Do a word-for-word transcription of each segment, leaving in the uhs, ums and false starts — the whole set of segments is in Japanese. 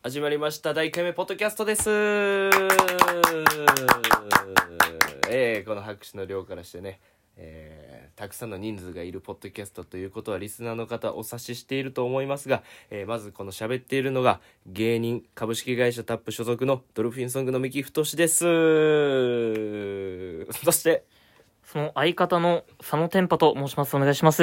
始まりましただいいっかいめポッドキャストです。えー、この拍手の量からしてね、えー、たくさんの人数がいるポッドキャストということはリスナーの方お察ししていると思いますが、えー、まずこの喋っているのが芸人株式会社タップ所属のドルフィンソングの三木太です。そしてその相方の佐野天パと申します。お願いします。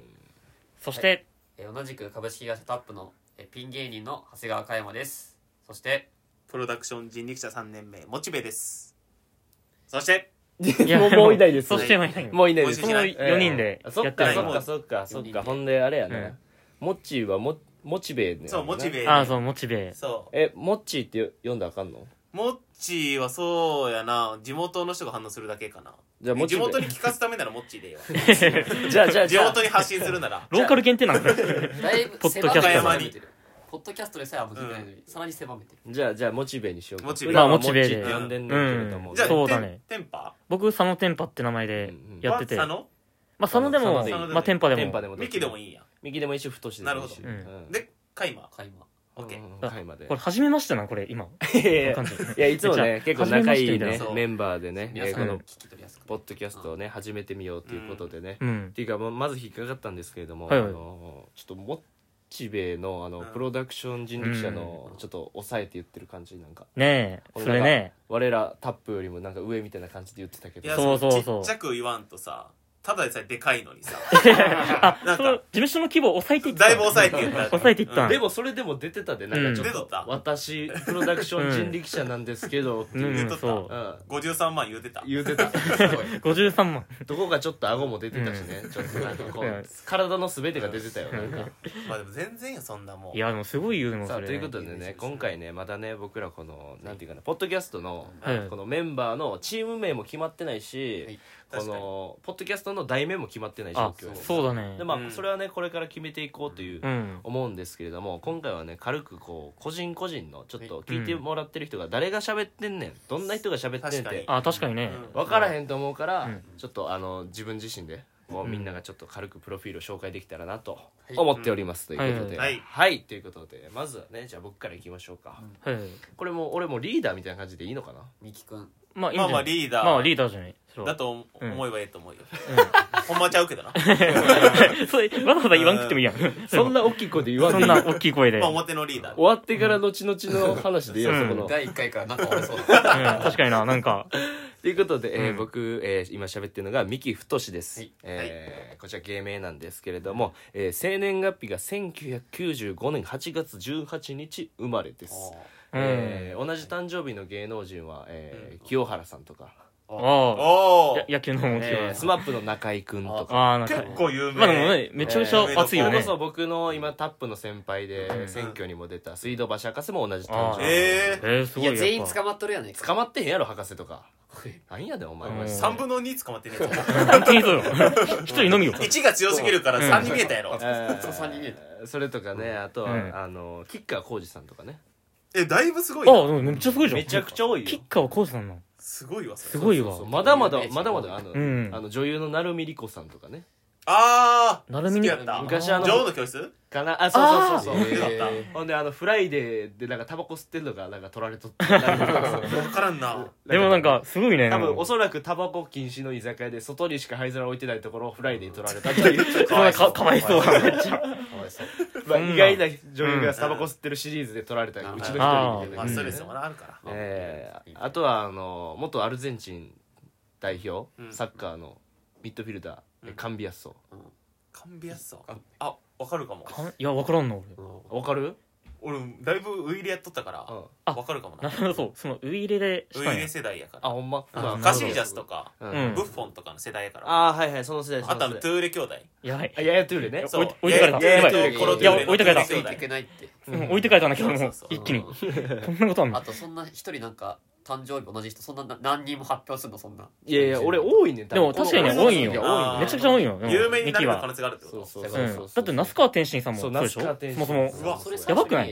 そして、はいえー、同じく株式会社タップの、えー、ピン芸人の長谷川嘉山です。そしてプロダクション人力車さんねんめモチベです。そしてもうもういないです。 そしてもういない。 もういないです。 そのよにんでやってる。そっかそっかそっかそっか。ほんであれやね。モッチーはモモチベね。 そうモチベ。 ああそうモチベ。 そう。 えモッチーって読んだらあかんの？ モッチーはそうやな、地元の人が反応するだけかな。 じゃあ地元に聞かすためならモッチーでいいわ。 じゃあじゃあ地元に発信するなら。 ローカル限定なの？だいぶポッドキャスト狭めてる。ポッドキャストでさえあんま聞いてないのに、うん、さらに狭めてる。 じゃあじゃあモチベにしようか。 モチベ。 まあモチベで呼んでんねんけれども。 うん、じゃあそうだね。 テンパ？ 僕佐野天パって名前でやってて。 佐野？ まあ佐野でもまあ天パでも。 天パでも。 ミキでもいいや。 ミキでもいいし太しでもいいし。 なるほど。でカイマ。 カイマ。 オッケー。カイマで。 これ初めましてなこれ今。 いやいやいつもね結構仲いいねメンバーでねこのポッドキャストをね始めてみようということでね。っていうかまず引っかかったんですけれども、あのちょっとモチベのあのプロダクション人力車のちょっと抑えて言ってる感じなんか。 ねえそれね。 我らタップよりもなんか上みたいな感じで言ってたけど。 そうそうそう。 ちっちゃく言わんとさ。ただでさえでかいのにさあなんか事務所の規模を抑えていっただいぶ抑えていった抑えていった、 うん、でもそれでも出てたでなんかちょっと、 うん、 私プロダクション人力車なんですけどっていう、 言うとった、うん、ごじゅうさんまん言うてた言うてたごじゅうさんまんどこかちょっと顎も出てたしね、うん、ちょっとなんかこう体の全てが出てたよなんかまあでも全然よそんなもん。 いやでもすごい言うのさあということでね今回ねまだね僕らこのなんていうかなポッドキャストの、はい、このメンバーのチーム名も決まってないし、はいこのポッドキャストの題名も決まってない状況。 そうだね。 でまあ、うん、それはねこれから決めていこうという、うん、思うんですけれども今回はね軽くこう個人個人のちょっと聞いてもらってる人が誰が喋ってんねんどんな人が喋ってんねんってあ確かにね分からへんと思うから、うん、ちょっとあの自分自身でもうみんながちょっと軽くプロフィールを紹介できたらなと思っております、うん、ということで、はい、はいはい、ということでまずはねじゃあ僕からいきましょうか、うん、これも俺もリーダーみたいな感じでいいのかな。 みきくんまあ、いいまあまあリーダーまあリーダーじゃないだと思えばいいと思うよ、うん、ほんまちゃうけどなそれわざわざ言わんくてもいいやんそんな大きい声で言わんそんな大きい声で、 まあ、表のリーダー終わってから後々の話でいいや、うん、そこのだいいっかいからなんか俺そうだ、 うん、確かにななんかということで、えーうん、僕、えー、今喋ってるのが三木太です、はいえーはい、こちら芸名なんですけれども、えー、生年月日がせんきゅうひゃくきゅうじゅうごねんはちがつじゅうはちにち生まれです、えー、同じ誕生日の芸能人は、えー、清原さんとかああ野球の清原スマップの中居君とか結構有名。 まあでもねめちゃめちゃ熱いよね。 それこそ僕の今タップの先輩で選挙にも出た水道橋博士も同じ誕生日。 えー、すごい。 いや全員捕まっとるやねん。 捕まってへんやろ博士とか。なんやでお前さんぶんのに捕まってねえぞ本当にそうよひとりのみよいちが強すぎるからさんに見えたやろ、うん、 そうさんに見えた。 それとかねあとは、うん、あの吉川晃司さんとかね。 えだいぶすごいな。 あめっちゃすごいじゃん。 めちゃくちゃ多いよ。 吉川晃司さんのすごいわすごいわ。 まだまだまだまだあの、 うん、 あの女優の成海莉子さんとかね。 ああ成海好きだった昔あの女王の教室かなあそうそうそうそう、 えー、 ほんであのフライデーでなんかタバコ吸ってるのがなんか取られとって分からんな。 でもなんかすごいね。 多分おそらくタバコ禁止の居酒屋で外にしか灰皿置いてないところをフライデーに取られたっていうかわいそうかわいそうめっちゃまあ意外な女優がタバコ吸ってるシリーズで取られたうちの一人みたいな。 まあストレスもあるから、 えー、あとはあの元アルゼンチン代表、うん、サッカーのミッドフィルダー、うん、カンビアッソ、うんカンビアッソあ分かるかも。 いや分からんの俺分かる。 俺だいぶウイイレやっとったから、うん、分かるかもな。 なるほどそうそのウイイレでウイイレ世代やから。 あほんま、 まあ、カシージャスとか、うん、ブッフォンとかの世代やから。 あはいはいその世代。 あとあのトゥーレ兄弟やばいややトゥーレね。 そう置いてかれたやばいいや置いてかれたついていけないって、 うん、置いてかれたんだけどもう一気にこんなことあんの。 あとそんな一人なんか誕生日同じ人そんな何人も発表するのそんな。 いやいや俺多いね。 でも確かにね多いんよ。めちゃくちゃ多いよ。 有名になる可能性があるってこと。 そうそうそうそう。だって那須川天心さんもそうでしょ。そもそもやばくない。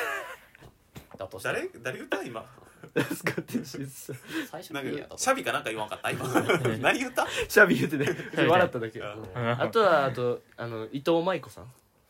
誰誰言った今。 那須川天心さん。 最初にシャビかなんか言わんかった今。何言った？ シャビ言ってね。笑っただけ。あとはあとあの伊藤舞子さん。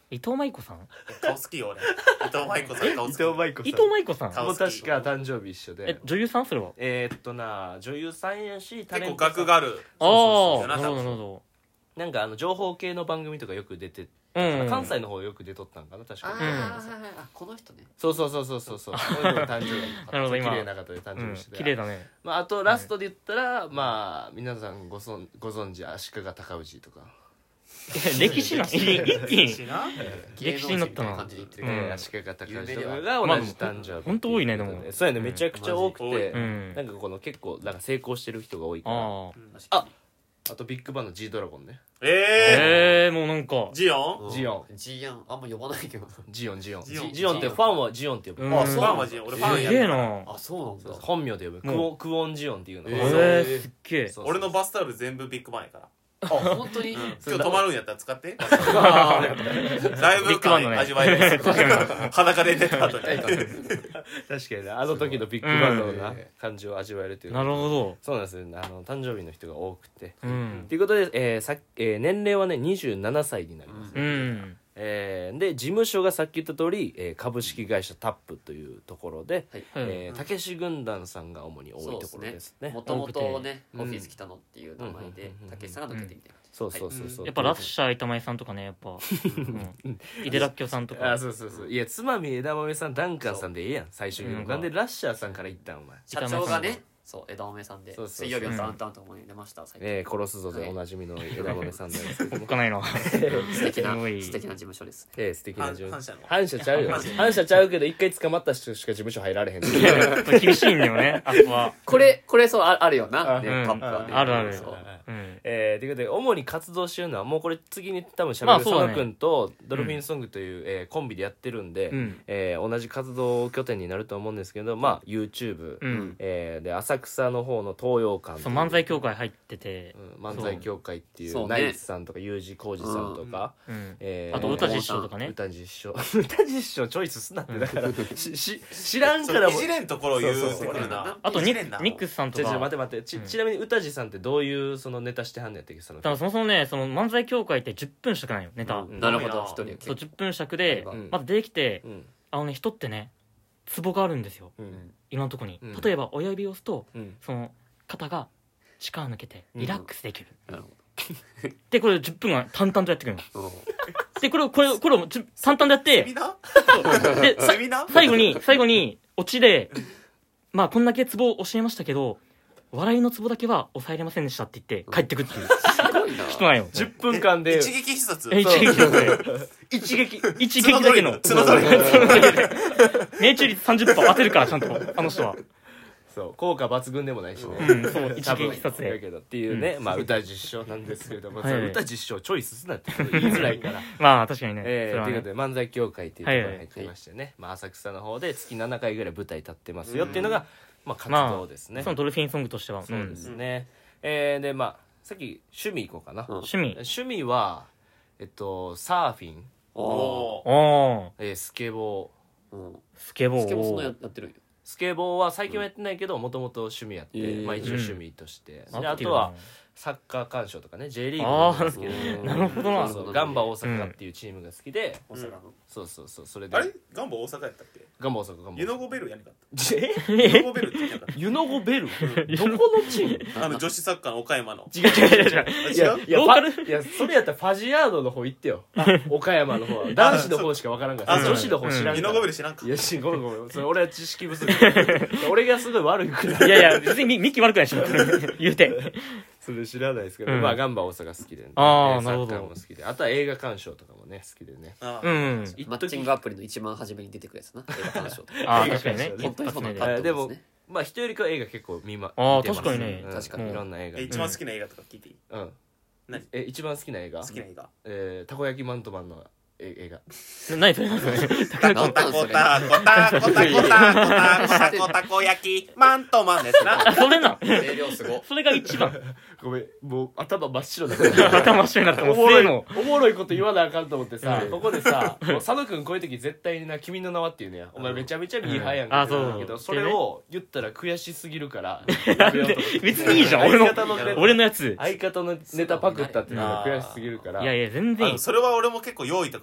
伊藤舞子さん顔好きよ俺。伊藤舞子さん顔好き。 伊藤舞子さん伊藤舞子さん顔もう確か誕生日一緒えで女優さんそれはえー、っとな女優さんやしタ結構レントさん額がある。 あそうそうそうあなるほどなるほなんかあの情報系の番組とかよく出て、 どうん関西の方よく出とったんかな確かに、 あーはいはいはいあこの人ねそうそうそうそうそうそうこういうの誕生日なるほど今綺麗な方で誕うん生日してて、 綺麗だねまあ、あとラストで言ったら、まあ皆さんごそんご存知足利尊氏とか、 歴史な一気にしな。 歴史になったな芸能人みい感じで言ってるうんけどえー足利尊氏と有名ではかが同じ誕生日、 ほんと多いねでもそうやねめちゃくちゃ多くて、 うんマジうんなんかこの結構なんか成功してる人が多いから、あああ確かにとビッグバンの G ドラゴンね、 ええええもうなんかー。ジオンうんジオンジオンあんま呼ばないけどジオンジオンジオンジオンってファンはジオンって呼ぶ、 うんあ、そうなんマジ俺ファンすやる。 げえなあそうなんだそう本名で呼ぶクもうオンクオンジオンっていうの、 ええーすっげえそう俺のバスタオル全部ビッグバンやから。 あ本当にうん今日泊まるんやったら使って。 あだいぶビッグバンのね味わえる。裸で寝た後に。 確かにねあの時のビッグバンのな、 うん感じを味わえるというなるほどそうなんですよあの誕生日の人が多くてうんということで、えーさえー年齢はねにじゅうななさいになります、 うんえーで事務所がさっき言った通り、えー株式会社タップというところではいえーたけし軍団さんが主に多いところですねもともとねうんオフィス来たのっていう名前でうんたけしさんが抜けてみたいなそうそうそうそう、 やっぱラッシャー板前さんとかねやっぱうん井出らっきょさんとかあそうそうそういやつまみ枝豆さんダンカンさんでええやん最初に、 うんなんでラッシャーさんから言ったんお前社長がねそう枝豆さんでそうそうそう水曜日のダウンタウンともに出ました最近えー、殺すぞでおなじみの枝豆さんなんですけどおっかないな素敵なすごい素敵な事務所ですねえー、素敵な反事務反社の反社ちゃうよ反社反社ちゃうけど一回捕まった人しか事務所入られへんいや厳しいんだよねあそこはこれこれそうああるよなあねうんパップはねあるあるそううんえー、ということで主に活動してるのはもうこれ次に多分しゃべるまあそうだね佐野君とドルフィンソングという、えーコンビでやってるんで、 うんえー同じ活動拠点になると思うんですけどまあ YouTube、 うんえーで浅草の方の東洋館そう漫才協会入っててうん漫才協会っていうそうねナイツさんとか U 字工事さんとか、 うんえーあと歌実証とかね歌実証歌実証チョイスすなってだからしし知らんそからもういじれんところを言うそうそうそうてくるな。 あとニいじれんなニックスさんとちょちょか待って待ってち,、 うんちなみに歌地さんってどういうそのネタしてはんのやったっけそのだからそもそもねその漫才協会ってじゅっぷん尺なんよネタ、 うんなるほどうん一人そうじゅっぷん尺でうんうんまず出てきてうんあのね人ってねツボがあるんですようんいろんなとこに、 うん例えば親指を押すとうんその肩が力抜けてリラックスできる、 なるほでこれじゅっぷん間淡々とやってくるのどうんでこれをこれをこれをじゅ淡々とやってセミナでさーセミナー最後に最後にオチでまあこんだけツボを教えましたけど笑いのツボだけは抑えれませんでしたって言って帰ってくっていうすごいな人なんよじゅっぷんかんで一撃必殺。 え一撃だね一撃一撃だけの角取り角取りで命中率さんじゅっパーセント当てるからちゃんとあの人はそう効果抜群でもないしね、 うんそう一多分撃必殺でだけどっていうね、まあ歌実証なんですけれども、 はいそれ歌実証チョイスすなって言いづらいからまあ確かにねえー、 それはねということで漫才協会っていうところに入ってましてね、まあ、浅草の方で月ななかいぐらい舞台立ってますよっていうのが、まあ、活動ですね、 そのドルフィンソングとしてはそうですね、えーでまあさっき趣味いこうかな、 うん趣味趣味はえっとサーフィン、 おおーおーえースケボーーうんスケボースケボーそんなややってるんよスケボーは最近はやってないけどもともと趣味やって、 えーまあ、一応趣味として、 うんであとはサッカー鑑賞とかね J リーグあーも好きでうんなるほどなそうそうガンバ大阪っていうチームが好きで、 大阪のそうそうそうそれであれガンバ大阪やったっけガンバ大阪ガンバ大阪ユノゴベルやんかっえたユノゴベルって言ってなかっユノゴベルどこのチームたあの女子サッカーの岡山の違う違う違う違うあいや違ういやローカルファいやそれやったらファジアードの方行ってよ岡山の方は男子の方しか分からんからあそう女子の方知らんユノからゴベル知らんかいやしごめんごめんそれ俺は知識不足俺がすごい悪いくらいいやいや別にミミキ悪くないし言うてそれ知らないですけど、 うんまあガンバ大阪好きで、ね、 あーえーなるほどサッカーも好きであとは映画鑑賞とかもね好きでねあうんマッチングアプリの一番初めに出てくるやつな映画鑑賞とかああ確かにね映画本当にそんなの一発目であったんでもですねまあ人よりかは映画結構見まあー見てます確かにねうん確かにいろんな映画え一番好きな映画とか聞いていいうん何え一番好きな映画好きな映画えーたこ焼きマントマンのえ映画何それ何それタコタコタコタコタコタコタコタコタコ焼きマントマンですなあそれな声量すごそれが一番ごめんもう頭真っ白だから頭真っ白になってもおもろいうせーのおもろいこと言わなあかんと思ってさ、 うんここでさもう佐野くんこういう時絶対にな君の名はっていうねお前めちゃめちゃミーハーやんうんあけど、 そうけどそれを言ったら悔しすぎるからやめようと思って別にいいじゃん俺の相方のネタ俺のやつ相方のネタパクったっていうのが悔しすぎるからいやいや全然いいあのそれは俺も結構用意とか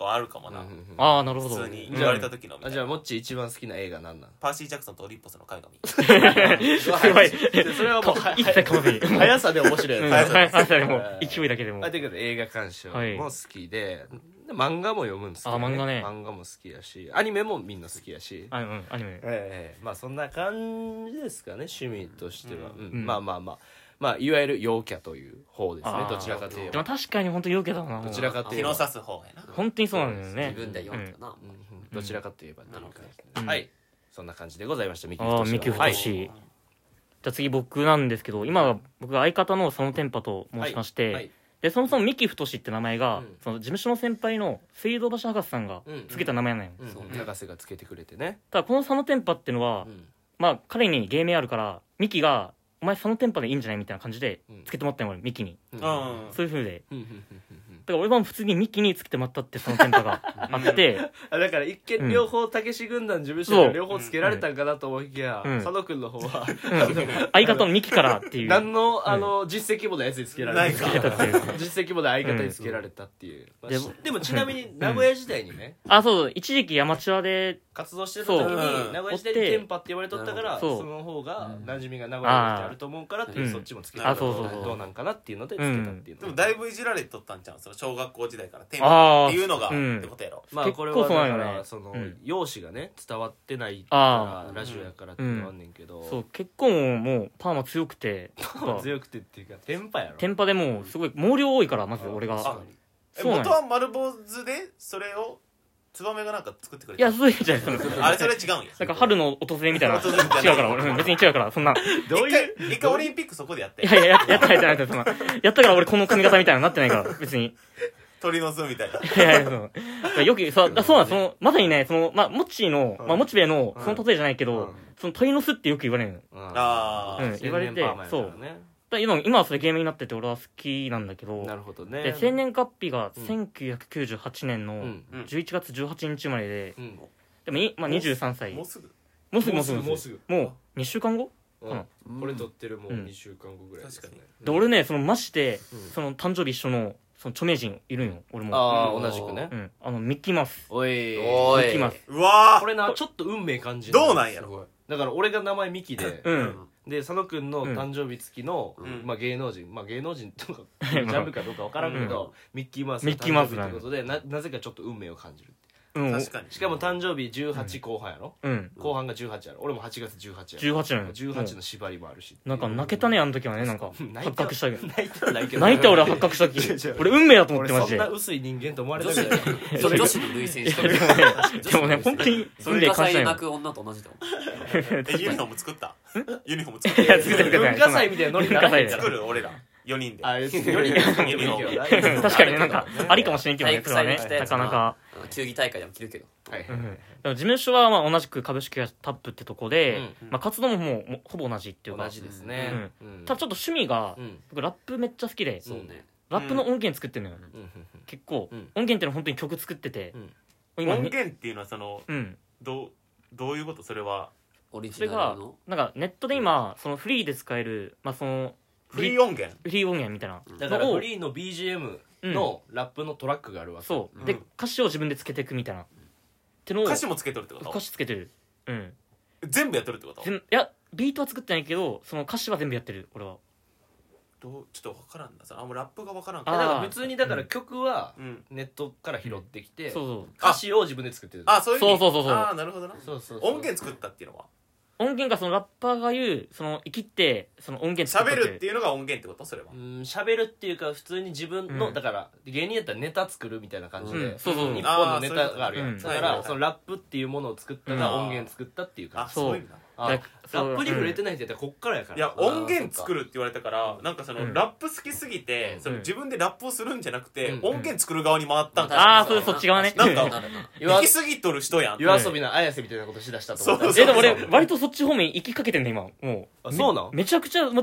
はあるかもな、 うんうんうんああなるほど普通に言われた時のみたいなあじゃあモッチー一番好きな映画なんなんパーシー・ジャクソンとオリンポスの神々 すごいそれはもうは一切かまずに速さで面白いうんやつはいはいでも勢いだけでもあということで映画鑑賞も好きで、で漫画も読むんですけど、 あ漫画ね漫画も好きやしアニメもみんな好きやしあうんアニメええまあそんな感じですかね趣味としては、 うんうんうんまあまあまあまあいわゆる陽キャという方ですねあーどちらかといえでばも確かに本当に陽キャだなどちらかといえば日の差す方やな本当にそうなんだよね自分で読んだな、 うんうんどちらかといえばっていう感じですね、 うんはいそんな感じでございましたミキああ太ミキはい太しじゃあ次僕なんですけど今は僕が相方の佐野天パと申しまして、 はいでそもそも三木太って名前が、 うんその事務所の先輩の水道橋博士さんがうんつけた名前なのよ、 うんそうね永瀬がつけてくれてね、 ただこの佐野天パっていうのは、 うんまあ彼に芸名あるからミキが「お前佐野天パでいいんじゃない?」みたいな感じでうんつけてもらったのよ俺ミキにうんうんそういう風でうんうんうんうんだから俺は普通にミキにつけてもらったって佐野天パがあってあだから一見両方たけし軍団事務所そうが両方つけられたんかなと思いきや、 うん佐野君の方はうん相方のミキからっていう何のあの実績もないやつにつけられないかつけたっていう実績もない相方につけられたっていう、まあでしでもちなみに名古屋時代にねあそう一時期アマチュアで活動してた時そうにうん名古屋時代にテンパって言われとったからそうその方が馴染みが名古屋にあると思うからっていううんそっちもつけたらあそうそうそうどうなんかなっていうのでつけたっていうのでもだいぶいじられとったんちゃうその小学校時代からテーあマーっていうのがうんってことやろまあ結構これはだかそうなのよねらそのうん容姿がね伝わってないかあらラジオやからっていうのはあんねんけどそう結構もうパーマ強くて強くてっていうかテンパやろテンパでもうすごい毛量多いからまず俺があえそうなんや元は丸坊主でそれをツバメがなんか作ってくれたいやそういうじゃないですかあれそれ違うんやなんか春の訪れみたいな訪れみたいな違うから俺うん別に違うからそんなどういう一回一回オリンピックそこでやっていやいやややったやったやったそんなやったから俺この髪型みたいなのなってないから別に鳥の巣みたいないやいやそうよくそうだそうなんそのまさにねそのまあモッチーのまあモチベのその例えじゃないけどうんその鳥の巣ってよく言われるのあーうん言われて青年パーマやからねだ今今はそれゲームになってて俺は好きなんだけどなるほどねで生年月日がうんせんきゅうひゃくきゅうじゅうはちねんのうんじゅういちがつじゅうはちにち生まれでうんでもいまあにじゅうさんさいももうすぐうすぐもうすぐもうすぐもうにしゅうかんごうんこれ撮ってるもううんにしゅうかんごぐらいですね確かで俺ねそのましてうんその誕生日一緒のその著名人いるんよ俺もああうん同じくねうんあのミッキーマウスおいおいミッキーマウスうわこれなちょっと運命感じるどうなんやろすごいだから俺が名前ミキでうんで佐野くんの誕生日付きの、 うんまあ、芸能人、まあ、芸能人とかジャンルかどうか分からんけど、ミッキーマウスのミッキーマウス誕生日ってことでななぜかちょっと運命を感じるうん確かにしかも誕生日じゅうはち後半やろ、 うん後半がじゅうはちやろ俺もはちがつじゅうはちやろじゅうはちなのよじゅうはちの縛りもあるしなんか泣けたねあの時はねなんか泣い発た覚したけど泣いてはないけど泣いた俺は発覚した違う違時う俺運命だと思っ俺てマジでそんな薄い人間と思われ女た子じゃないそれ女子に類線してるでもね本当に運命文化祭で感じないよ泣く女と同じだもんえユニフォーム作ったユニフォーム作っいやた作ってる文化祭みたいなノリにならへん文化祭作る俺らよにんであれよりね確かにねなんかありかもしれんけどね体育それはね祭で着たやつなかなかあの球技大会でも着るけどはいうんでも事務所はまあ同じく株式会社タップってとこでうんまあ活動ももうもうほぼ同じっていうか同じですねうんただちょっと趣味がうん僕ラップめっちゃ好きでそうねラップの音源作ってるのようんうん結構うん音源ってのは本当に曲作っててうん今音源っていうのはそのうんどうどういうことそれはオリジそれがナルのなんかネットで今そのフリーで使えるまあそのフリー音源フリー音源みたいなだからのをフリーの ビージーエムのラップのトラックがあるわけそううんで歌詞を自分でつけていくみたいなってのを歌詞もつけとるってこ歌と詞つけてるうん全部やっとるってこと全いやビートは作ってないけどその歌詞は全部やってる俺はどうちょっと分からんなさあもうラップが分からんだかからら普通にだから曲はうんネットから拾ってきてそうそう歌詞を自分で作ってるあそういう意味そうそうそうそうああなるほどなそうそうそう音源作ったっていうのは音源がそのラッパーが言うその生きってその音源作った喋るっていうのが音源ってことそれはうん喋るっていうか普通に自分の、 うんだから芸人やったらネタ作るみたいな感じで、 うんそうそう日本のネタがあるやん、 うんだから、 はいはいはいそのラップっていうものを作ったがうん音源作ったっていう感じ、 あそういう意味なあだそうラップに触れてないって言ったらこっからやからいや音源作るるって言われたからなんかそのうんラップ好きすぎてうんその自分でラップをするんじゃなくてうん音源作る側に回ったんかああそうそっち側ねなんかなるな夜行き過ぎとる人やん夜遊びの綾瀬みたいなことしだしたと思ったそうそうえでも俺割とそっち方面行きかけてんね今もうあそうなんめめちゃくちゃ待って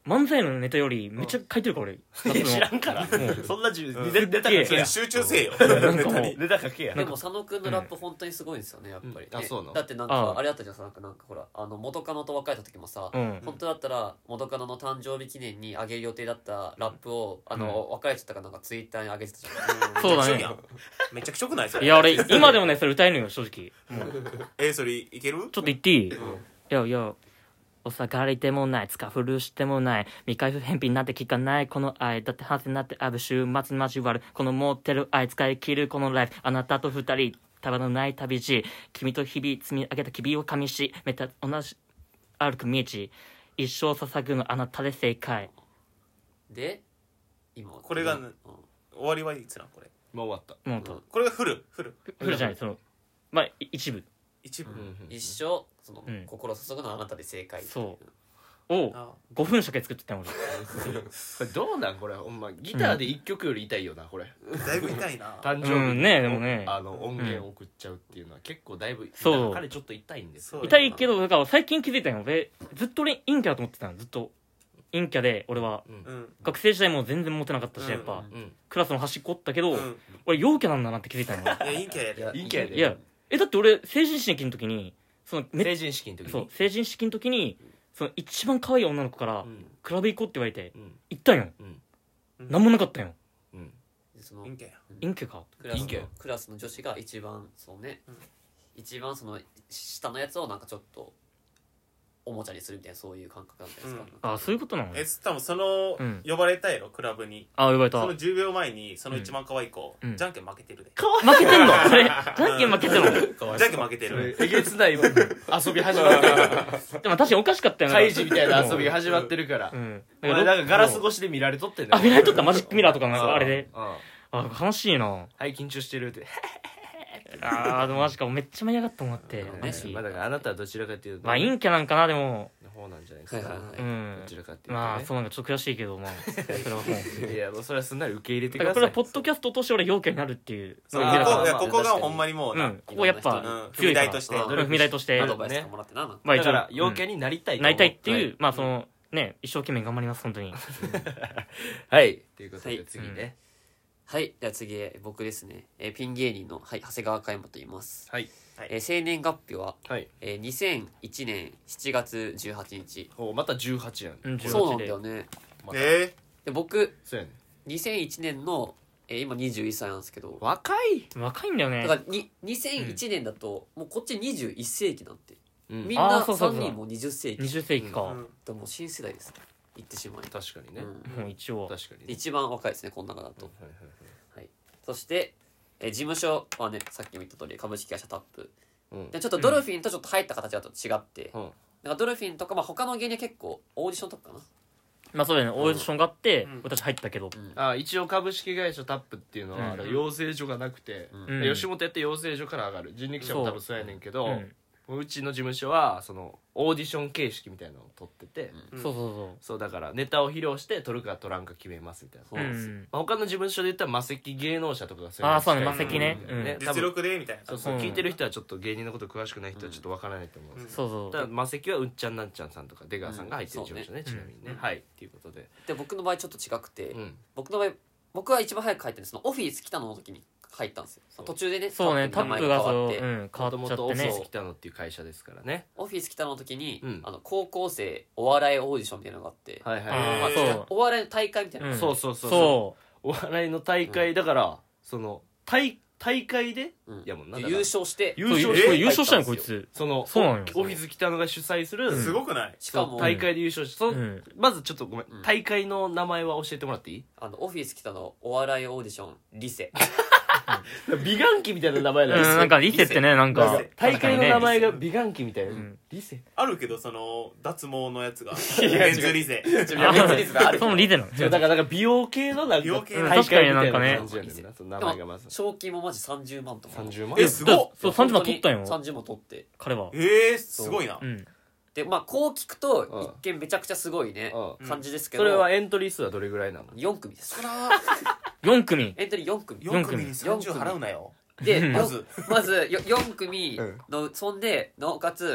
漫才のネタよりめっちゃ書いてるから俺知らんからそんなじゅうんネタ書けや集中せえよなんかもうネタ書けやでも佐野くんのラップ本当にすごいんですよねやっぱり、ねうんあそうなのだってなんかあれあったじゃんさなんかなんかほらあの元カノと別れた時もさ、 うん本当だったら元カノの誕生日記念にあげる予定だったラップをあの、別れちゃったかなんかツイッターに上げてたじゃん、 そうだねめちゃくちゃよくないそれいや俺今でもねそれ歌えるのよ正直もうえそれいけるちょっと言っていい、いやいやお下がりでもないつか古してもない未開封返品なんて聞かないこの愛だってハズになってある週末に交わるこの持ってる愛使い切るこのライフあなたと二人束のない旅路君と日々積み上げた希望をかみしめた同じ歩く道一生捧ぐのあなたで正解で今これがうん終わりはいつなんこれもう終わったもうとこれがフルフルフルじゃないそのまあい一部一部一生その、 うん心注ぐのはあなたで正解そうをあごふんしか作ってたの俺これどうなんこれほんまギターでいっきょくより痛いよなこれだいぶ痛いな誕生日うんねでもねあの音源送っちゃうっていうのは結構だいぶそうだから彼ちょっと痛いんですよそう痛いけどだから最近気づいたよ俺ずっと俺陰キャだと思ってたのずっと陰キャで俺はうん学生時代も全然モテなかったしうんやっぱうんクラスの端っこおったけど、 うん俺陽キャなんだなって気づいたのいや陰キャやで陰キャやでいやえだって俺成人式の時にそのめ成人式の時にそう成人式の時にその一番可愛い女の子からうんクラブ行こうって言われてうん行ったんようんなんもなかったんようんでその陰キャや陰キャかクラスのいいんけクラスの女子が一番そうね、 うん一番その下のやつをなんかちょっとおもちゃにするみたいなそういう感覚なんじゃないですか、 あそういうことなのえ多分そのうん呼ばれたやろクラブにあ呼ばれたそのじゅうびょうまえにその一番可愛い子うんじゃんけん負けてるで負けてんのそれじゃんけん負けてんのじゃんけん負けてそれるえげつない遊び始まってるでも確かにおかしかったよねカイジみたいな遊びが始まってるからうん俺なんかガラス越しで見られとってんだあ見られとったマジックミラーとかなんかあれでうんうんあ悲しいなはい緊張してるってあーでもマジかめっちゃ盛り上がったもんだってねマジまあだからあなたはどちらかというとまあ陰キャなんかなでもの方なんじゃないですかはいはいはいうんどちらかっていうとねまあそうなんかちょっと悔しいけどまあそれはもういやもうそれはすんなり受け入れてだくださいからこれはポッドキャストを通して俺陽キャになるっていうそうこあーこいやまあここがほんまにもううなんここやっぱうん踏強いからみ台としてうんうん踏み台としてアドバイスとかもらってな、なんかまあ一応だから陽キャになりたいと思うなりたいっていうはまあそのね一生懸命頑張ります本当にはいということではい次ねはいでは次僕ですね、えーピン芸人の、はい、長谷川嘉山と言います、 はいえー生年月日は、 はいえーにせんいちねんしちがつじゅうはちにちおまたじゅうはちやんうんじゅうはちそうなんだよねまたえで僕そうやねにせんいちねんの、えー今にじゅういっさいなんですけど若い若いんだよねだからににせんいちねんだと、もうこっちにじゅういっせいきなんて、 うんみんなあーそうそうそうさんにんもにじゅっせいきにじゅっせいきかうんでもう新世代ですね言ってしまい、 確かにねうんもう一応確かにね一番若いですねこの中だと、 はいはいはい、そして、えー事務所はねさっきも言った通り株式会社タップはいうんでちょっとドルフィンとちょっと入った形だと違って、 うんなんかドルフィンとか、まあ、他の芸人は結構オーディションとかかな、 まあそうだよねオーディションがあってうん私入ったけどうんあ一応株式会社タップっていうのは、 うんあれ養成所がなくて、 うんうん吉本やって養成所から上がる人力車も多分そうやねんけどうんうちの事務所はそのオーディション形式みたいなのを取ってて、 うんそうそうそうだからネタを披露して取るか取らんか決めますみたいな、 そううなんですよんまあ、他の事務所で言ったら魔石芸能者とかがそういうのあーそうね近い魔石ねうんうん多分実力でみたいなそうそう、 うん聞いてる人はちょっと芸人のこと詳しくない人はちょっとわからないと思うんですけそうそうど、ただ魔石はうっちゃんなんちゃんさんとか出川さんが入ってる事務所ね、 うんちなみにね、 うんはいっていうことで、 で僕の場合ちょっと違くて、 うん、 僕の場合僕は一番早く入ってるんですそのオフィス来たのの時に入ったんですよそう途中でねそうねタップがそうタップに名前が変わって、 うん変わもともっちゃってねとオフィス来たのっていう会社ですからねオフィス来たの時に、 うんあの高校生お笑いオーディションみたいなのがあって、 はいはいあはい、 ーそうお笑いの大会みたいなのがあって、 うんそうそうそうそお笑いの大会だから、その大大会で、 うんいやもうなんだで優勝してうそう優勝そうして優勝したのこい入ったんですつそのそうなのよオフィス北野が主催する、 すごくないしかもそう大会で優勝して、そのうんまずちょっとごめん、 うん大会の名前は教えてもらっていいあのオフィス来たのお笑いオーディションリセ美顔器みたいな名前うんなんかリセってねなんか大会の名前がが美顔器みたいな、 うんリセあるけどその脱毛のやつがやメンズリゼいや別にリセがあるけどそのリゼなの違うだからなんか美容系のなんか美容系うん大会みたいな確かになんかね感じやねんなその名前がまず賞金もマジさんじゅうまんとかさんじゅうまんえすごっそうさんじゅうまん取ったんよさんじゅうまん取って彼はえー、すごいなうんでまあこう聞くとうん一見めちゃくちゃすごいねうん感じですけどそれはエントリー数はどれぐらいなのよん組ですよん組エントリーよん組よん組にさんじゅう払うなよでうんままずずまずよよん組うんのそんでなおかつ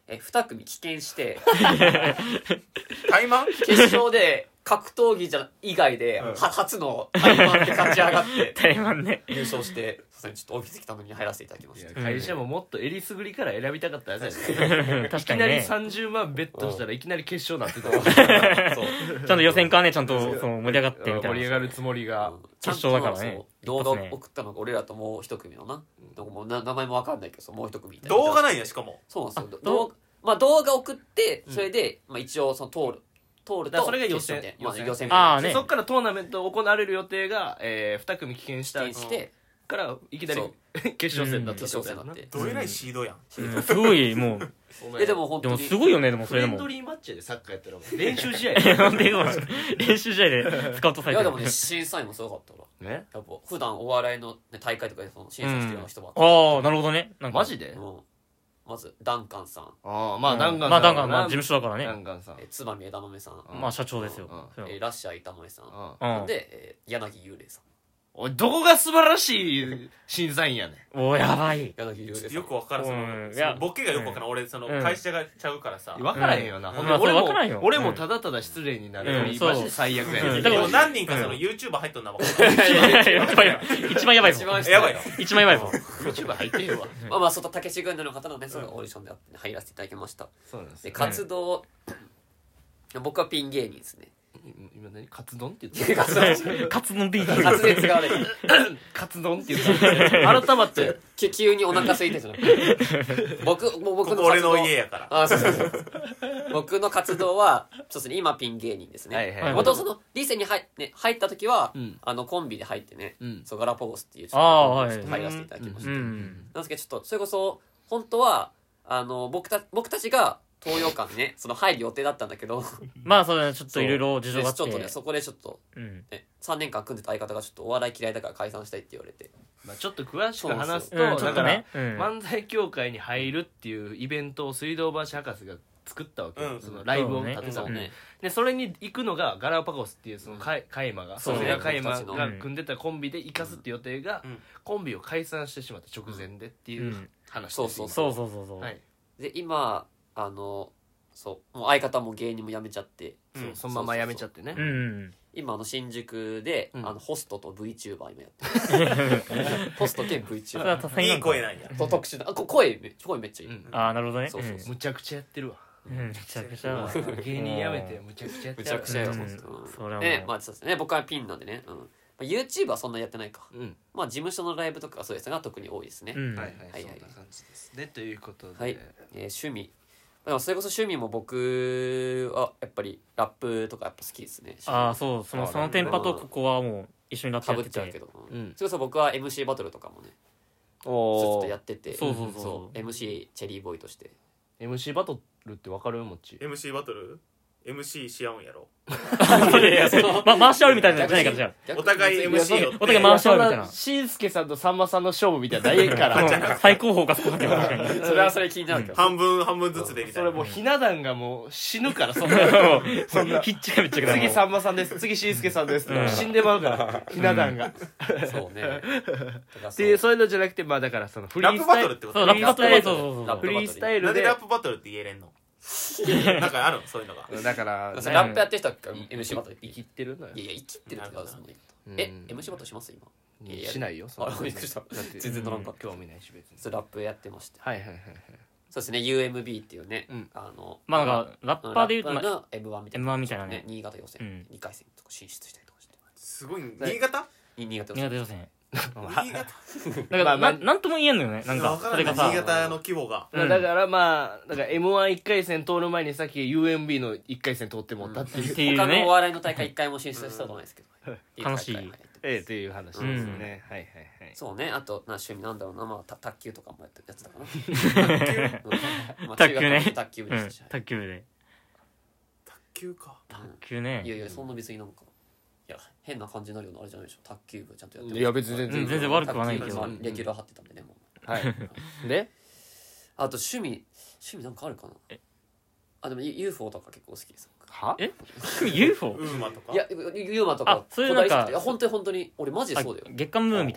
えに組棄権してタイマン決勝で格闘技じゃ以外で、 うんは初のタイマンで勝ち上がって台湾ね優勝してさすがにちょっと大木関ために入らせていただきました。 会社ももっとえりすぐりから選びたかったやつやね確いきなりかにねさんじゅうまんベットしたらいきなり決勝になってたそうちゃんと予選からねちゃんとその盛り上がってみたいな盛り上がるつもりが決勝だからねそう動画を送ったのが俺らともう一組のな、なんかもうな名前も分かんないけどそうもう一組いたり動画ないんやしかもそうなんですよどう動画まあ動画送ってそれで、まあ、一応その通る通るとだからそれが予選決勝でまあ予選あーねそっからトーナメント行われる予定が、えー、に組棄権した棄権してからいきなりそう決勝戦だった決勝戦になってどえらいシードやんうんすごいもうえでも本で当にもすごいよねでもそフレンれでもドリーマッチでサッカーやったら練習試合いやなんで今練習試合でスカウトされてるいやでもね審査員もすごかったわねやっぱ普段お笑いの、ね、大会とかでその審査してるような人ばっかああなるほどねなんかマジでうんまずダンカンさん、 ああまあダンガンさんまあダンガンまあ事務所だからダねンガンさんえー、燕枝豆さん、 うんまあ社長ですようんそれはえーラッシャー板前さん、 うんうんで、えー柳幽霊さんおいどこが素晴らしい審査員やねんおーやばい柳幽霊さんよくわからんそのうんそのボケがよくわからん俺そのうん会社がちゃうからさ分からへんよな、 うんほんで俺もまあそう分からんよ俺もただただ失礼になるのに、 うんマジで最悪やねん、 うんでもうん何人かその YouTuber 入っとんなもんやばい一番やばいぞ一番やばいよ一番やばいぞ YouTuber 入ってへんわまあまあそのたけし軍団の方のねそのオーディションで入らせていただきましたでそうなんですよ活動、僕はピン芸人ですね今何カツ丼って言ってた活動カツのビート滑舌が悪いカツ丼って言ってた改まってき急にお腹空いてじゃなくて僕もう僕ここ俺の活動の家やからあそうそうそう僕の活動はそうですね今ピン芸人ですね、 はいはい元々そのリーセに入,、ね、入った時は、 うんあのコンビで入ってね、 うんそうガラパゴスっていうちあーょっとコンビに入らせていただきました、 うんなんですけどちょっとそれこそ本当はあの僕た僕たちが東洋館にねその入る予定だったんだけどまあそうだねちょっといろいろ事情があってでちょっとねそこでちょっと、 うんね、さんねんかん組んでた相方がちょっとお笑い嫌いだから解散したいって言われてまあ、ちょっと詳しく話すと、 うんちょっとだから、 ねうん漫才協会に入るっていうイベントを水道橋博士が作ったわけよ、 うんそのライブを立てたのね、 そうねでそれに行くのがガラパゴスっていうそのカイカイマがそうねそれがカイマ僕たちのが組んでたコンビで行かすって予定が、 うんコンビを解散してしまった直前でっていううん話です、 そうそうそうそうそうそうはい、 で今あのそうもう相方も芸人も辞めちゃって、 うんそうそのまま辞めちゃってね、 うん今あの新宿で、 うんあのホストと VTuber 今やってますホスト兼それ VTuber は多彩いないんか声なんやと特殊なあこ声め声めっちゃいい、 うんああなるほどねそうそうそうむちゃくちゃやってるわうんうんめちゃくちゃ芸人辞めてむちゃくちゃやってるむちゃくちゃよ、 うんうんそれはもうねまあそうですね僕はピンなんでね、うんまあ、YouTube はそんなやってないかうんまあ事務所のライブとかそうですが特に多いですね、 うんはいはい、 はいはいそんな感じですねということで、 はいえー趣味でもそれこそ趣味も僕はやっぱりラップとかやっぱ好きですねああそうそのそのテンパとここはもう一緒にラップかやっててぶっちゃうけど、うんうんそれこそ僕は エムシー バトルとかもねちょおっとやっててそうそうそうエムシー チェリーボーイとしてエムシー バトルってわかるもっちエムシー バトル エムシー し合うんやろいやいやそのま回し合うみたいなのじゃないからじゃ逆にお互い エムシー をお互い回し合うみたいなしんすけさんとさんまさんの勝負みたいなのないかあらその最高峰がそこだけど確かにそれはそれ気になるけど、 半分半分ずつでみたいなそれもうひな壇がもう死ぬからそんなそんなひっちゃかめっちゃか次さんまさんです次しんすけさんですって死んでまうからひな壇がっそうねていうそういうのじゃなくてまあだからそのフリラップースタイルバトルってことそうラップバトルそうそうそうラップフリースタイルでなんでラップバトルって言えれんのなんかあるのそういうのがだからそれラップやってる人が エムシー バトルって生きってるのよいやいや生きってるってかそんなうんえ エムシー バトルします今いやしないよそんなあびっくりしただって全然乗らんかっ興味ないし別にそれラップやってましてはいはいはいはいそうですね ユーエムビー っていうね、 うんあのまあなんかラッパーで言うとまあラッパーの エムワン みたいなエムワン みたいなねね新潟予選、 うんにかい戦とか進出したりとかしてすごい新潟に新潟予選新潟予選新潟だからまあまあななんとも言えんのよねなんかわからんないそれがさ新潟の規模がうんだからまあだから エムワンいっかい戦通る前にさっき ユーエムビー のいっかい戦通ってもったっていう、 っていう他のおね笑いの大会一回も進出したことないですけど、 楽しいってう大会入ってええっていう話ですね、 うんはいはいはいそうねあとな趣味なんだろうなまあた卓球とかもやってやってたかなうんまあ卓球ね中学卓球部うんでしたし、 卓球部で卓球か卓球ねいやいやそんな別になんかいや変な感じになるようなあれじゃないでしょ卓球部ちゃんとやっていや別に全然うん全然悪くはないけど卓球部まあレギュラー張ってたんでねもうはいであと趣味趣味なんかあるかなえあでも ユーフォー とか結構好きですはえ ユーフォーウーマとかいやユーマとかあそういうなんか小田井さんいや本当に本当に俺マジであそうだよ月刊ムーンみたいな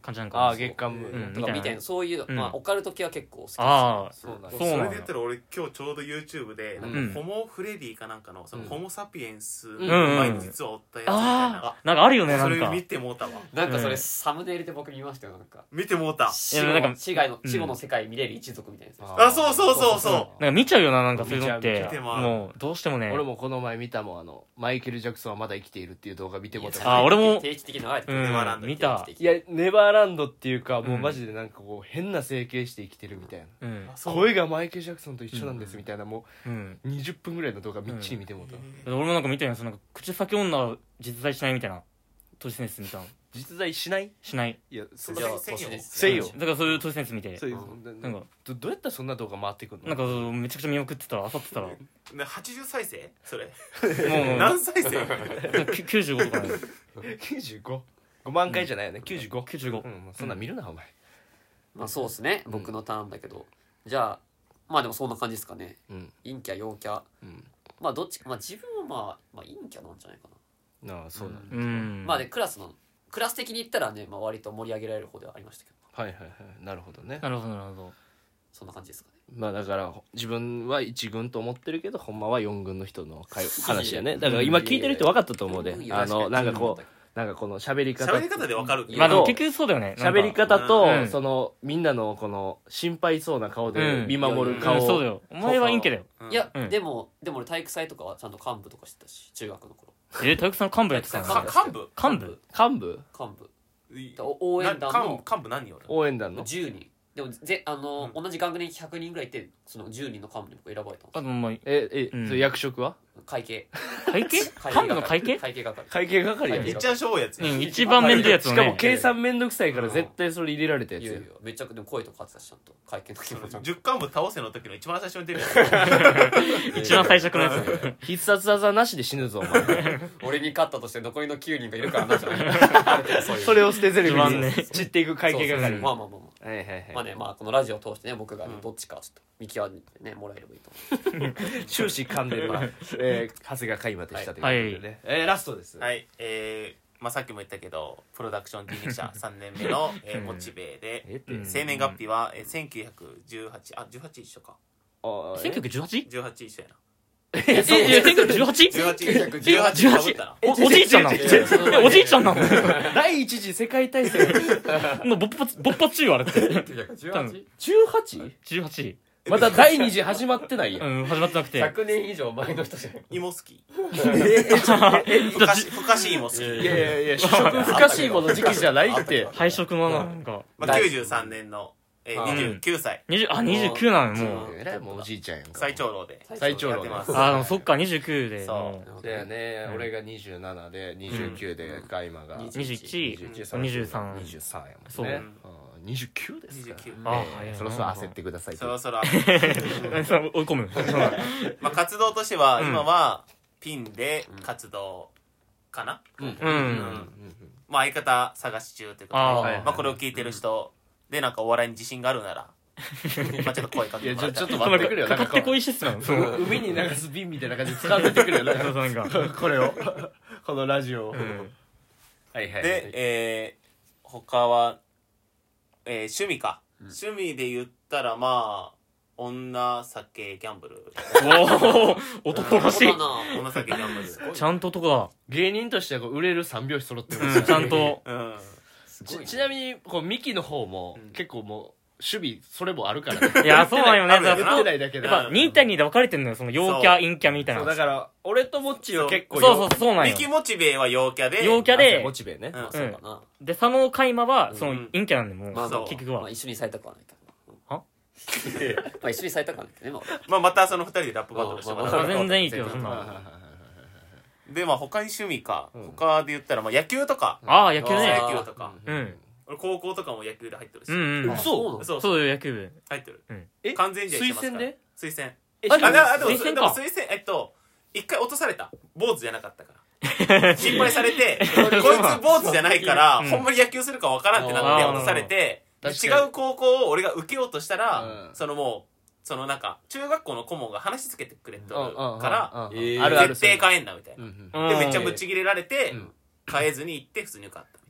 感じなんかああ月刊ムうんーとかみたいなそういう、 うんまあオカルト系は結構好きです、ね、 ああそうなんそうそれなんやで言ったら俺今日ちょうど YouTube でなんかうんホモ・フレディかなんかのそのうんホモ・サピエンスうんの前に実はおったやつみたいな、 あなんかあるよねなんかそれ見てもうたわなんかそれうんサムネイルで僕見ましたよなんか見てもうた死後いやなんかの死骸のうん死後の世界見れる一族みたいなやつ、 ああそうそうそうそなんか見ちゃうよななんかそういうのっ見てちゃう見ちゃうもうどうしてもね俺もこの前見たもんあのマイケル・ジャクソンはまだ生きているっていう動画見てもらったあ俺も定期的に流れてくうんる、 ネバーランド見た定期的いやネバーランドっていうかもううんマジでなんかこう変な整形して生きてるみたいな、 うんあそう声がマイケル・ジャクソンと一緒なんですみたいな、もうんうにじゅっぷんぐらいの動画みっちり見てもうた、 俺もなんか見たよねそのなんか口先女は実在しないみたいな都市伝説見たの実在しないしないいやそじゃあせんよせよだからそういう都市伝説見てそういううんななんかどどうやったらそんな動画回ってくるのなんかめちゃくちゃ見送ってたらあさってたらもねはちじゅう再生それう何再生きゅきゅうじゅうごとかねきゅうじゅうご ごまん回じゃないよね、きゅうじゅうごきゅうじゅうごうんもうそんなん見るな、お前まあそうですね、 うん僕のターンだけどじゃあまあでもそんな感じですかねうん陰キャ陽キャうんまあどっちまあ自分はまあ、まあ、陰キャなんじゃないかな、 なあそうなんだ、 うんまあでクラスのクラス的に言ったらね、まあ、割と盛り上げられる方ではありましたけどはいはいはいなるほどねなるほどなるほどそんな感じですかねまあだから自分はいち軍と思ってるけどほんまはよん軍の人の会話やねだから今聞いてる人分かったと思うでいやあの確になんかこうなんかこの喋り方喋り方でわかるいやまあでも結局そうだよねなんか喋り方と、 うんそのみんなのこの心配そうな顔でうん見守るう顔、 んそうだよお前は陰キャだようんいや、 うんでもでも俺体育祭とかはちゃんと幹部とかしてたし中学の頃え体育さん幹部やってたの体育か幹部幹部幹部幹部いお応援団なの幹幹部何人おる応援団のじゅうにんでもぜあの、同じ学年ひゃくにんぐらいいてそのじゅうにんの幹部に僕選ばれたんですあでもまあええ、 うんそれ役職は会計会計会幹部の会計会計係会計係や会計ねいっちゃんしょぼいやつうん一番面倒いやつをしかもね計算めんどくさいから絶対それ入れられたやつやいやいやめっちゃでも声とかあってたしちゃんと会計の時もちゃんとじゅっ幹部倒せの時の一番最初に出るや一番最初のやつ必殺技なしで死ぬぞお前俺に勝ったとして残りのきゅうにんがいるからなじゃないある程度そういうそれを捨てゼル一番ねに散っていく会計そう係そうまあまあまあまはいはいはい、 あまあねまあこのラジオを通してね僕がねうんどっちかちょっと見極めてねもらえればいいと思終始噛んでる、えー、長谷川海馬でしたということでね、はい、えー、ラストです、 はいえーまあ、さっきも言ったけどプロダクション人力車さんねんめの、えー、モチベでえって、 うん生年月日は、えー、せんきゅうひゃくじゅうはちあじゅうはち一緒かあせんきゅうひゃくじゅうはち? じゅうはち一緒やなええせんきゅうひゃくじゅうはち? じゅうはちじゅうはちじゅうはちかぶったなおおじいちゃんなのえおじいちゃんなの第一次世界大戦もう勃発勃発中よあれってじゅうはちじゅうはち? じゅうはちまだ第二次始まってないやん、 うん始まってなくてひゃくねん以上前の人じゃない芋好きえじゃあふかしふかし芋好き、 いやいやいや主食不可思議の時期じゃないって配色のなんかまあ、きゅうじゅうさんねんの、えー、 うんにじゅうきゅうさいにじゅうあにじゅうきゅうなのもうえらいもうおじいちゃんやんか最長老で最長老でやってますあでもそっかにじゅうきゅうでそうもそうやね、 うん俺がにじゅうななでにじゅうきゅうでガイマがうんうにじゅういちにじゅういちにじゅうさんにじゅうさんやもんねそううんにじゅうきゅうですからにじゅうきゅうあえー早いなそろそろ焦ってくださいそろそろ、 それ追い込むまあ、活動としてはうん今はピンで活動かな、 うんううんんまあ、相方探し中ということであーはいまあ、これを聞いてる人でなんかお笑いに自信があるならまあちょっと声かいやけてもらいたいちょちょっと待ってくれよかかってこいいシステムなのそう海に流す瓶みたいな感じで使わせてくれよなんそうかなんかこれをこのラジオを、 うんはいはいで、えー、他は、えー、趣味か、 うん趣味で言ったらまあ女酒ギャンブルおお男らしいそうだな女酒ギャンブルちゃんと男だ芸人としてはこう売れる三拍子揃ってるんですようんちゃんとうんちすごいねちなみにこうミキの方も、 うん結構もう守備それもあるからねいやそうなんよねあるよな言ってないだけでやっぱに対にで分かれてんのよその陽キャ陰キャみたいなそうだから俺とモッチーは結構そうそうそうなんミよキモチベは陽キャで陽キャでモチベね、 うんまあそうだなで佐野海馬はそのうん陰キャなんでもうまあそう結局はまあ一緒にされたくはないけどはまあ一緒にされたくはないけどねまあまあ、またその二人でラップバトルしてもらうまあまあ全然いいけどそんなはいはいはいはいでまあ他に趣味か、 うん他で言ったらまあ野球とか、 ああ野球草ね野球とか、 うん俺高校とかも野球で入ってるし、 うんうんあそうなのそうそうよ野球部入ってるえ完全試合してますから推薦で推薦えあであでも推薦かでも推薦えっと一回落とされた坊主じゃなかったから心配されてこいつ坊主じゃないから、 うんほんまに野球するかわからんってなってあー落とされてで確かに違う高校を俺が受けようとしたら、 うんそのもうそのなんか中学校の顧問が話しつけてくれとるからうんうんうんうんえーあるある絶対変えんなみたいな、 うんうんでめっちゃぶっちぎれられて、 うん変えずに行って普通に受かったみ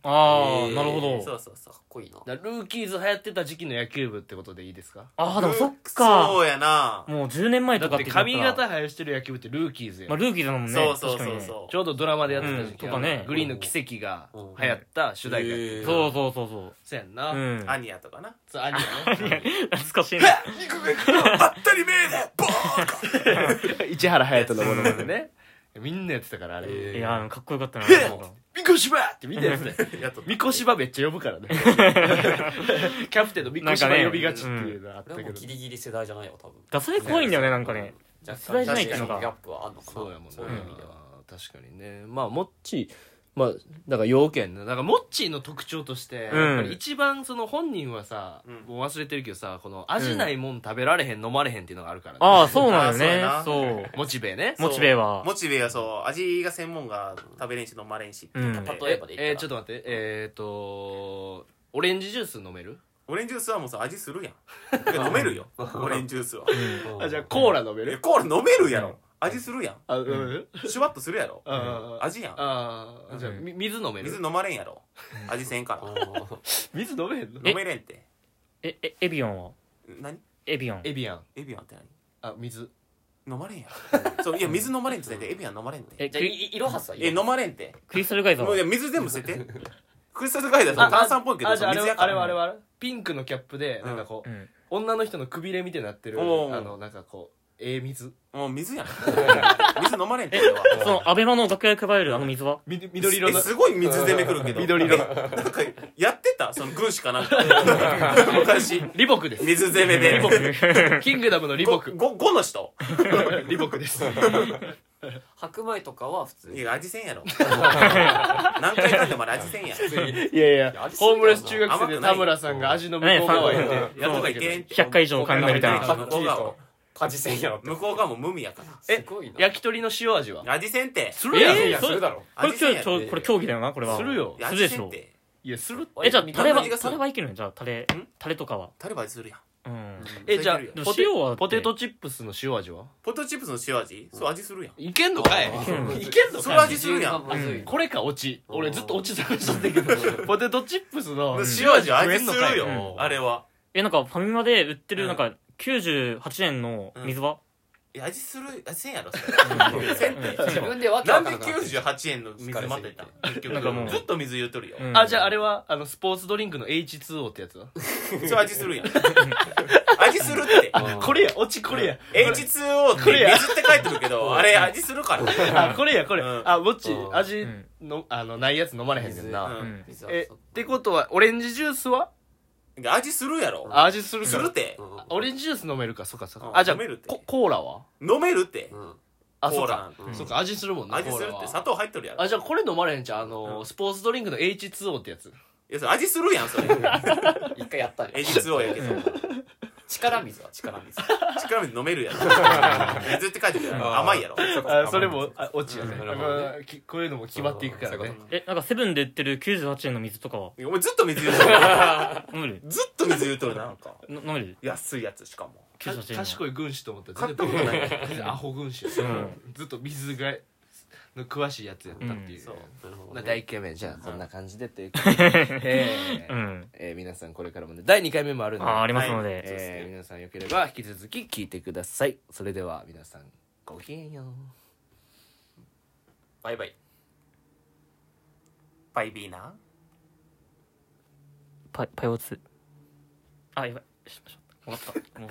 ああなるほど。 そうそうそうかっこいいな。 だからルーキーズ流行ってた時期の野球部ってことでいいですか？ ああでもそっそかうやな。 もうじゅうねんまえだってとかって言髪ったら型生やしてる野球部ってルーキーズやん、 まあルーキーズだもんね。 そうそう確かにねそうそちょうどドラマでやってた時期、 うんとかねグリーンの奇跡が流行った主題歌やってる、 うんそうそうそうそうそうやんな、 うんう。アニヤとかな。 そうアニメね懐かしいね。 肉が行くの当たり前でボーン市原隼人のものまでねみんなやってたからあれ、 えいやかっこよかったな。 みこしばってみんなやってたよやっとみこしばめっちゃ呼ぶからねキャプテンのみこしば呼びがちっていうのあった俺はもけど、 うギリギリ世代じゃないよ多分。 ダサい怖いんだよねなんかね。 若世代じゃないっていうのがギャップはあんのかな。 そうやもんね、 そういう意味では。 確かにねまあモッチまあだから要件ねだからモッチーの特徴として、 うんやっぱり一番その本人はさ、 うんもう忘れてるけどさこの味ないもん食べられへん、飲まれへんっていうのがあるからねああそうなんよねあーそうモチベねモチベはモチベがそう味が専門が食べれんし飲まれんしっていうのでうん例えばで言ったらえーちょっと待ってえっ、ー、とオレンジジュース飲める、 オレンジジュースはもうさ味するやん飲めるよオレンジジュースはあじゃあコーラ飲めえる、 コーラ飲めるやろ味するやんあうんシュワッとするやろあ味やんああじゃあ、み水飲める水飲まれんやろ味せんから水飲めへんのえ飲めれんってええエビオンは何エビオンエビアンエビアンってあ水何飲まれんやろそういや水飲まれんって言ってエビアン飲まれんってえじゃあいいいろはさ。 え飲まれんってクリスタルガイザーはもういや水全部捨ててクリスタルガイダーさ炭酸っぽいけどあじゃああれはあ水やかられはあれはピンクのキャップでなんかこう、 うん女の人のくびれみたいになってるおーあのなんかこうええ水もう水やん水飲まれんって俺はそのアベマの楽屋で配るあの水はみ緑色のえすごい水攻めくるけど緑色なんかやってたその軍師かなんか昔リボクです水攻めでリボクキングダムのリボクごごの人リボクです白米とかは普通に。 いや味せんやろ何回かんでもあれ味せんやんいやいや味するよなホームレス中学生で田村さんが味の向こう側やってややっとってたけどかいけんってひゃっかい以上考えた向こう側味せんやろって。 向こう側も無味やからえすごいな。 焼き鳥の塩味は味せんってするやんえーいやするだろ。 これ味せんやろ今日ちょこれ競技だよなこれはするよいやするでしょ味せんっていやするえじゃあタレは味がするタレはいけるのじゃあタレタレとかはタレバ味するやんうんえじゃあでもポテ塩はだってポテトチップスの塩味はポテトチップスの塩味そう味するやんいけんのかいんいけんのそれかい味するやんまずい。 これかオチ俺ずっとオチ探しとったけどポテトチップスの塩味味食えんのかいするようんあれはえなんかファミマで売ってうんるなんかきゅうじゅうはちえんの水はいや味する味せんやろそれせんって自分でわけなんでわかんなくなってきゅうじゅうはちえんの水待ってた結局なんかもうずっと水言うとるようんあじゃああれはあのスポーツドリンクの エイチツーオー ってやつはそれ味するやん味するってこれやオチこれやエイチツーオー って水って書いてるけどあれ味するからあこれやこれうんあもっちうん味のあのないやつ飲まれへんねんうなん水はえってことはオレンジジュースは味するやろあ味するからするってうんオレンジジュース飲めるかそうかそうかうんあじゃあ飲めるってココーラは飲めるってうんあコーラそうかうんそうか味するもんな味するコーラはって砂糖入っとるやろあじゃあこれ飲まれへんじゃんあのうんスポーツドリンクの エイチツーオー ってやついやそれ味するやんそれ一回やったんやエイチツーオー やけど力水は力水。 力水飲めるやろ水って書いてるやろ甘いやろあそれもあオチやねなるほどねあきこういうのも決まっていくからそういうねこえなんかセブンで売ってるきゅうじゅうはちえんの水とかはお前ずっと水言うとる飲めるずっと水言うとるななんかの飲める安いやつしかもきゅうじゅうはちえんの賢い軍師と思ったら買ったことない全然アホ軍師やずっと水がの詳しいやつやったっていう、 うんそうなるほどねまあだいいっかいめじゃあこんな感じでということで、えーうんえー皆さんこれからもねだいにかいめもあるんであありますのでえー皆さんよければ引き続き聞いてください。それでは皆さんごきげんよう。 バイバイ。 バイビーなパイパイオツあやばいしましょう終わったもう